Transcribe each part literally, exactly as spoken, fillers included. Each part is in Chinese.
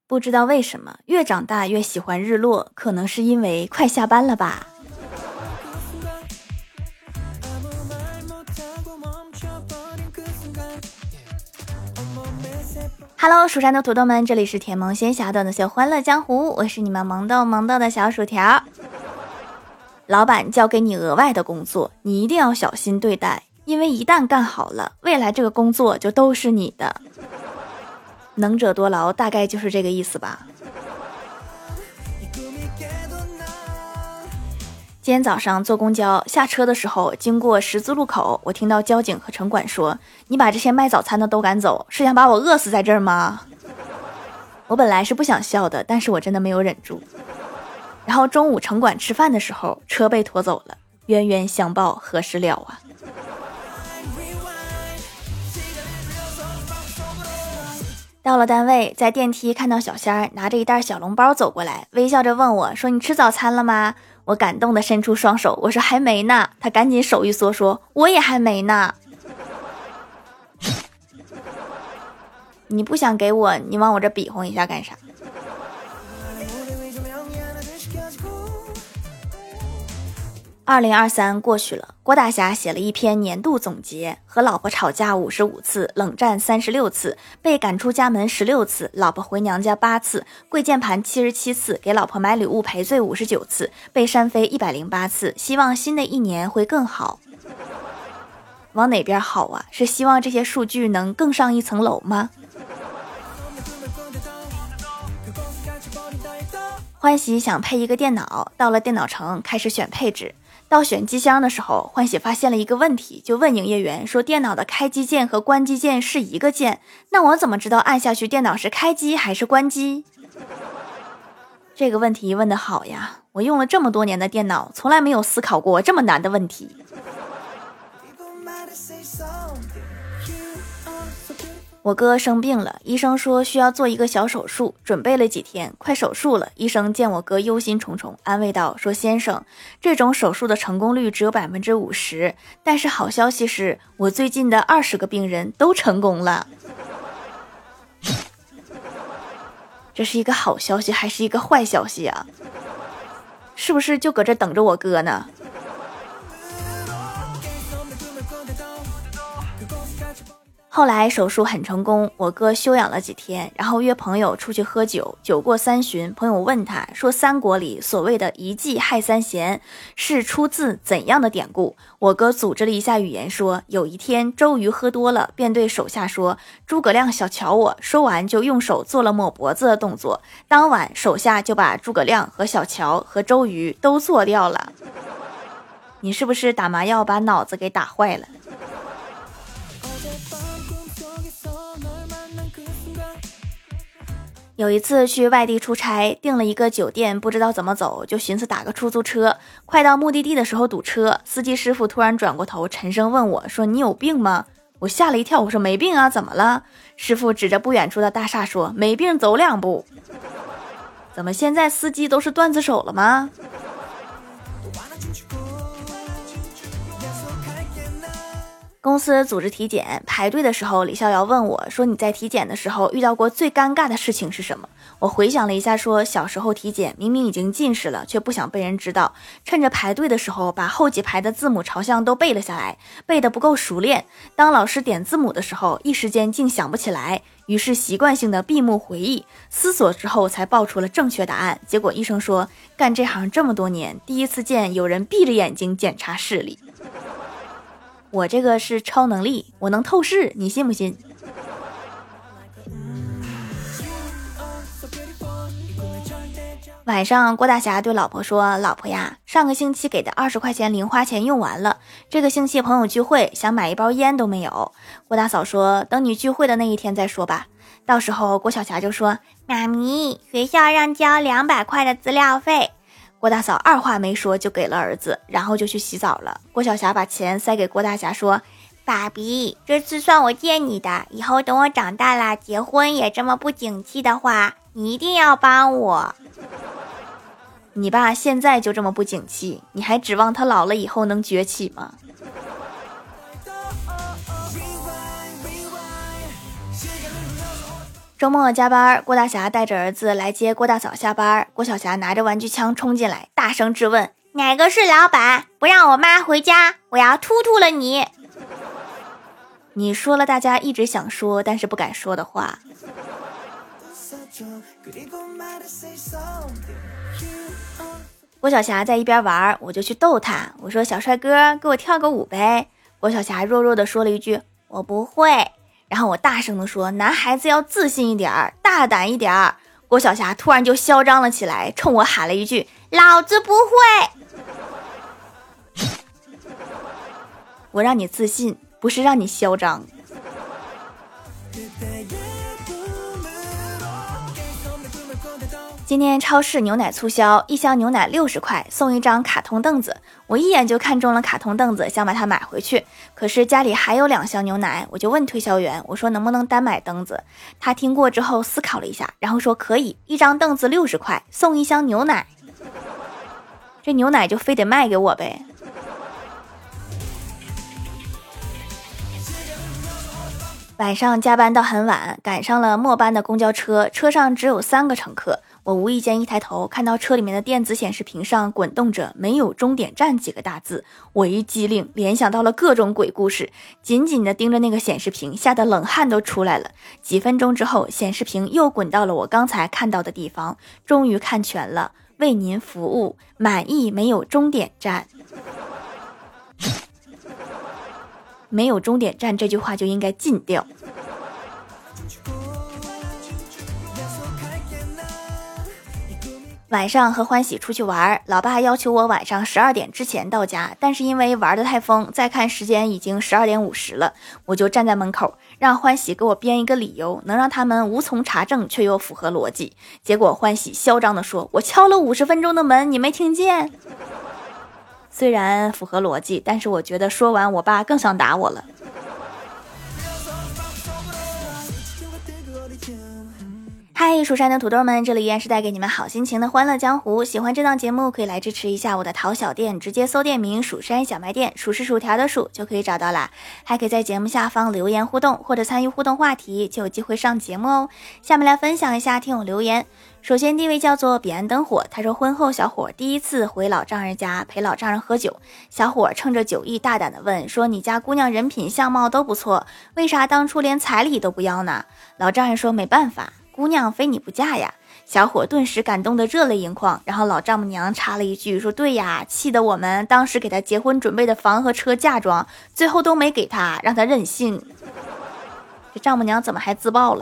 不知道为什么越长大越喜欢日落，可能是因为快下班了吧。Hello， 蜀山的土豆们，这里是甜萌仙侠段的秀欢乐江湖，我是你们萌豆萌豆的小薯条。老板交给你额外的工作，你一定要小心对待，因为一旦干好了，未来这个工作就都是你的。能者多劳，大概就是这个意思吧。今天早上坐公交下车的时候，经过十字路口，我听到交警和城管说：“你把这些卖早餐的都赶走，是想把我饿死在这儿吗？”我本来是不想笑的，但是我真的没有忍住。然后中午城管吃饭的时候，车被拖走了，冤冤相报何时了啊！到了单位，在电梯看到小仙儿拿着一袋小笼包走过来，微笑着问我说：“你吃早餐了吗？”我感动的伸出双手，我说：“还没呢。”他赶紧手一缩说：“我也还没呢。”你不想给我，你往我这比划一下干啥？二零二三过去了，郭大侠写了一篇年度总结，和老婆吵架五十五次，冷战三十六次，被赶出家门十六次，老婆回娘家八次，跪键盘七十七次，给老婆买礼物赔罪五十九次，被扇飞一百零八次，希望新的一年会更好。往哪边好啊？是希望这些数据能更上一层楼吗？欢喜想配一个电脑，到了电脑城开始选配置。到选机箱的时候，欢喜发现了一个问题，就问营业员说：“电脑的开机键和关机键是一个键，那我怎么知道按下去电脑是开机还是关机？”这个问题问得好呀，我用了这么多年的电脑，从来没有思考过这么难的问题。我哥生病了，医生说需要做一个小手术，准备了几天，快手术了。医生见我哥忧心忡忡，安慰道：“说先生，这种手术的成功率只有百分之五十，但是好消息是我最近的二十个病人都成功了。”这是一个好消息还是一个坏消息啊？是不是就搁这等着我哥呢？后来手术很成功，我哥休养了几天，然后约朋友出去喝酒。酒过三巡，朋友问他说：“三国里所谓的一计害三贤是出自怎样的典故？”我哥组织了一下语言说：“有一天周瑜喝多了，便对手下说：‘诸葛亮小瞧我。’说完就用手做了抹脖子的动作。当晚手下就把诸葛亮和小乔和周瑜都做掉了。”你是不是打麻药把脑子给打坏了？有一次去外地出差，订了一个酒店，不知道怎么走，就寻思打个出租车。快到目的地的时候堵车，司机师傅突然转过头，沉声问我说：“你有病吗？”我吓了一跳，我说：“没病啊，怎么了？”师傅指着不远处的大厦说：“没病走两步。”怎么现在司机都是段子手了吗？公司组织体检，排队的时候，李逍遥问我说：“你在体检的时候遇到过最尴尬的事情是什么？”我回想了一下说，小时候体检明明已经近视了，却不想被人知道，趁着排队的时候把后几排的字母朝向都背了下来，背得不够熟练。当老师点字母的时候，一时间竟想不起来，于是习惯性的闭目回忆，思索之后才报出了正确答案。结果医生说，干这行这么多年，第一次见有人闭着眼睛检查视力。我这个是超能力，我能透视，你信不信？晚上郭大侠对老婆说：“老婆呀，上个星期给的二十块钱零花钱用完了，这个星期朋友聚会想买一包烟都没有。”郭大嫂说：“等你聚会的那一天再说吧。”到时候郭小霞就说：“妈咪，学校让交两百块的资料费。”郭大嫂二话没说就给了儿子，然后就去洗澡了。郭小霞把钱塞给郭大侠说：“爸比，这次算我借你的，以后等我长大了结婚也这么不景气的话，你一定要帮我。”你爸现在就这么不景气，你还指望他老了以后能崛起吗？ 周末加班，郭大侠带着儿子来接郭大嫂下班，郭小霞拿着玩具枪冲进来，大声质问：哪个是老板？不让我妈回家，我要突突了你！你说了大家一直想说但是不敢说的话。郭晓霞在一边玩，我就去逗她，我说小帅哥给我跳个舞呗。郭晓霞弱弱的说了一句我不会，然后我大声的说男孩子要自信一点，大胆一点。郭晓霞突然就嚣张了起来，冲我喊了一句老子不会。我让你自信，不是让你嚣张。今天超市牛奶促销，一箱牛奶六十块送一张卡通凳子，我一眼就看中了卡通凳子，想把它买回去。可是家里还有两箱牛奶，我就问推销员，我说能不能单买凳子？他听过之后思考了一下，然后说可以，一张凳子六十块送一箱牛奶，这牛奶就非得卖给我呗。晚上加班到很晚，赶上了末班的公交车，车上只有三个乘客。我无意间一抬头，看到车里面的电子显示屏上滚动着没有终点站几个大字，我一激灵，联想到了各种鬼故事，紧紧地盯着那个显示屏，吓得冷汗都出来了。几分钟之后，显示屏又滚到了我刚才看到的地方，终于看全了，为您服务，满意没有终点站。没有终点站这句话就应该禁掉。晚上和欢喜出去玩，老爸要求我晚上十二点之前到家，但是因为玩得太疯，再看时间已经十二点五十了，我就站在门口让欢喜给我编一个理由，能让他们无从查证却又符合逻辑。结果欢喜嚣张地说，我敲了五十分钟的门你没听见。虽然符合逻辑，但是我觉得说完我爸更想打我了。嗨，蜀山的土豆们，这里依然是带给你们好心情的欢乐江湖。喜欢这档节目可以来支持一下我的淘小店，直接搜店名蜀山小卖店，数是薯条的数就可以找到啦。还可以在节目下方留言互动，或者参与互动话题，就有机会上节目哦。下面来分享一下听友留言。首先第一位叫做彼岸灯火，他说婚后小伙第一次回老丈人家陪老丈人喝酒，小伙趁着酒意大胆的问说，你家姑娘人品相貌都不错，为啥当初连彩礼都不要呢？老丈人说没办法，姑娘非你不嫁呀。小伙顿时感动得热泪盈眶，然后老丈母娘插了一句说，对呀，气得我们当时给他结婚准备的房和车嫁妆最后都没给他，让他任性。这丈母娘怎么还自爆了？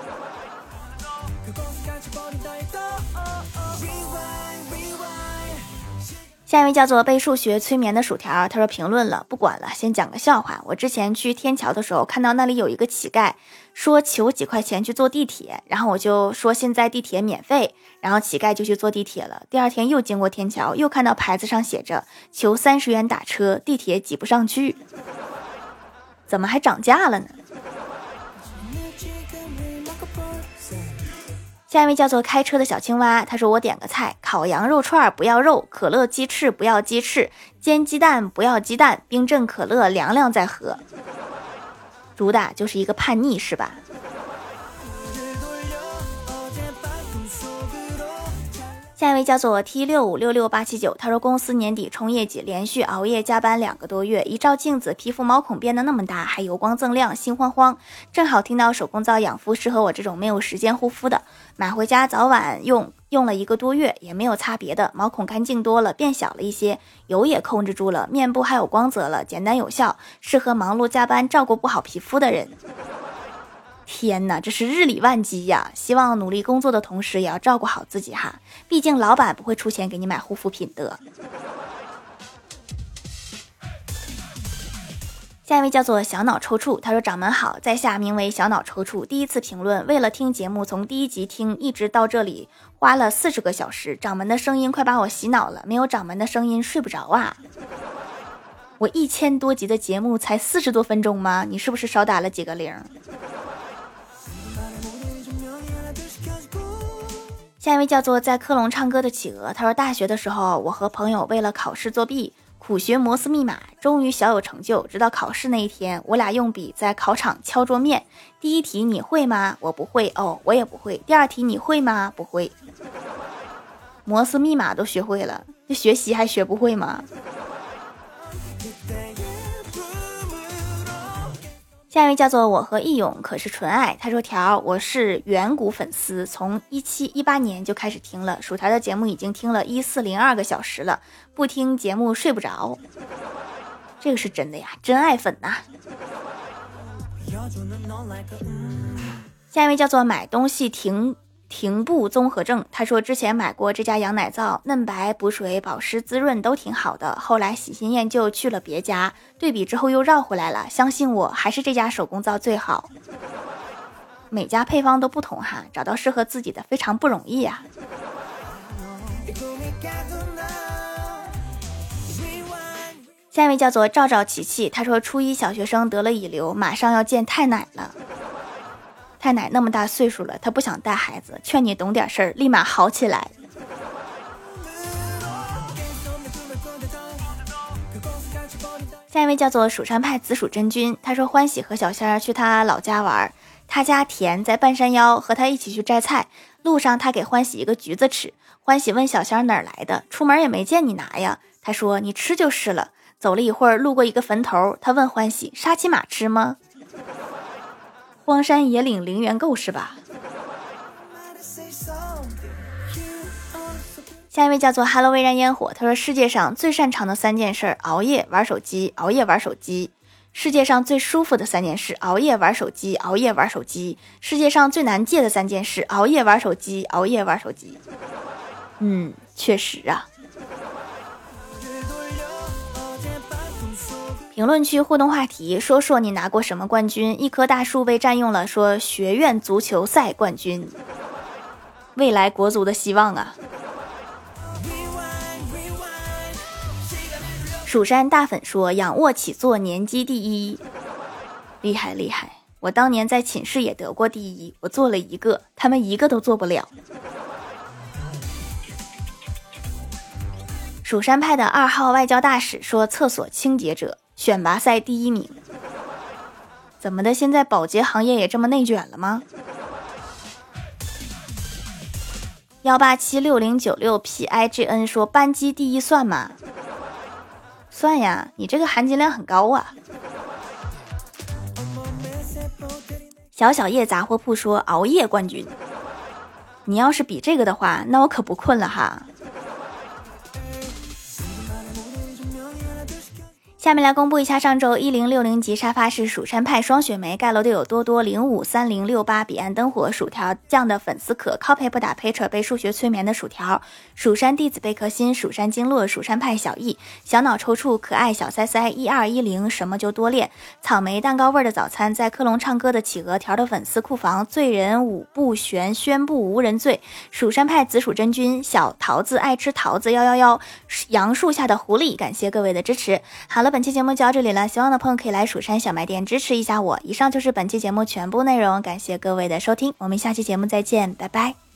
下一位叫做被数学催眠的薯条，他说评论了，不管了，先讲个笑话。我之前去天桥的时候看到那里有一个乞丐说求几块钱去坐地铁，然后我就说现在地铁免费，然后乞丐就去坐地铁了。第二天又经过天桥，又看到牌子上写着求三十元打车，地铁挤不上去。怎么还涨价了呢？下一位叫做开车的小青蛙，他说我点个菜，烤羊肉串不要肉，可乐鸡翅不要鸡翅，煎鸡蛋不要鸡蛋，冰镇可乐凉凉再喝。主打就是一个叛逆是吧？下一位叫做 T 六五六六八七九，他说公司年底冲业绩，连续熬夜加班两个多月，一照镜子皮肤毛孔变得那么大，还油光锃亮，心慌慌。正好听到手工皂养肤适合我这种没有时间护肤的，买回家早晚用，用了一个多月也没有擦别的，毛孔干净多了，变小了一些，油也控制住了，面部还有光泽了，简单有效，适合忙碌加班照顾不好皮肤的人。天哪，这是日理万机呀！希望努力工作的同时也要照顾好自己哈，毕竟老板不会出钱给你买护肤品的。下一位叫做小脑抽搐，他说掌门好，在下名为小脑抽搐，第一次评论，为了听节目从第一集听一直到这里花了四十个小时，掌门的声音快把我洗脑了，没有掌门的声音睡不着啊。我一千多集的节目才四十多分钟吗？你是不是少打了几个零？下一位叫做在科隆唱歌的企鹅，他说大学的时候我和朋友为了考试作弊，苦苦学摩斯密码，终于小有成就。直到考试那一天，我俩用笔在考场敲桌面。第一题你会吗？我不会。哦，我也不会。第二题你会吗？不会。摩斯密码都学会了，这学习还学不会吗？下一位叫做我和义勇可是纯爱，他说条我是远古粉丝，从一七一八年就开始听了，薯条的节目已经听了一四零二个小时了，不听节目睡不着，这个是真的呀，真爱粉呐、啊。下一位叫做买东西停停步综合症，他说之前买过这家羊奶皂，嫩白补水保湿滋润都挺好的，后来喜新厌旧去了别家，对比之后又绕回来了，相信我还是这家手工皂最好。每家配方都不同哈，找到适合自己的非常不容易啊。下一位叫做赵赵琪琪，他说初一小学生得了乙流，马上要见太奶了。太奶那么大岁数了，他不想带孩子，劝你懂点事儿，立马好起来。下一位叫做蜀山派紫薯真君，他说欢喜和小仙儿去他老家玩，他家田在半山腰，和他一起去摘菜，路上他给欢喜一个橘子吃，欢喜问小仙儿哪儿来的，出门也没见你拿呀，他说你吃就是了。走了一会儿，路过一个坟头，他问欢喜沙琪玛吃吗？荒山野岭零元购是吧？下一位叫做 Hello 微燃烟火，他说世界上最擅长的三件事，熬夜玩手机，熬夜玩手机。世界上最舒服的三件事，熬夜玩手机，熬夜玩手机。世界上最难戒的三件事，熬夜玩手机，熬夜玩手机。嗯，确实啊。评论区互动话题，说说你拿过什么冠军？一棵大树被占用了，说学院足球赛冠军，未来国足的希望啊。蜀山大粉说仰卧起坐年级第一，厉害厉害，我当年在寝室也得过第一，我做了一个，他们一个都做不了。蜀山派的二号外交大使说厕所清洁者选拔赛第一名，怎么的？现在保洁行业也这么内卷了吗？幺八七六零九六 P I G N 说班级第一算吗？算呀，你这个含金量很高啊。小小叶杂货铺说熬夜冠军，你要是比这个的话，那我可不困了哈。下面来公布一下上周一零六零级沙发是蜀山派双雪梅，盖楼的有多多零五三零六八彼岸灯火薯条酱的粉丝可靠配不打配扯被数学催眠的薯条，蜀山弟子贝壳心，蜀山经络，蜀山派小易，小脑抽搐可爱小塞塞一二一零什么就多练，草莓蛋糕味的早餐，在克隆唱歌的企鹅条的粉丝库房，罪人五不悬宣布无人罪，蜀山派紫薯真君，小桃子爱吃桃子幺幺幺，杨树下的狐狸，感谢各位的支持。好了，本期节目就到这里了，希望的朋友可以来蜀山小卖店支持一下我。以上就是本期节目全部内容，感谢各位的收听，我们下期节目再见，拜拜。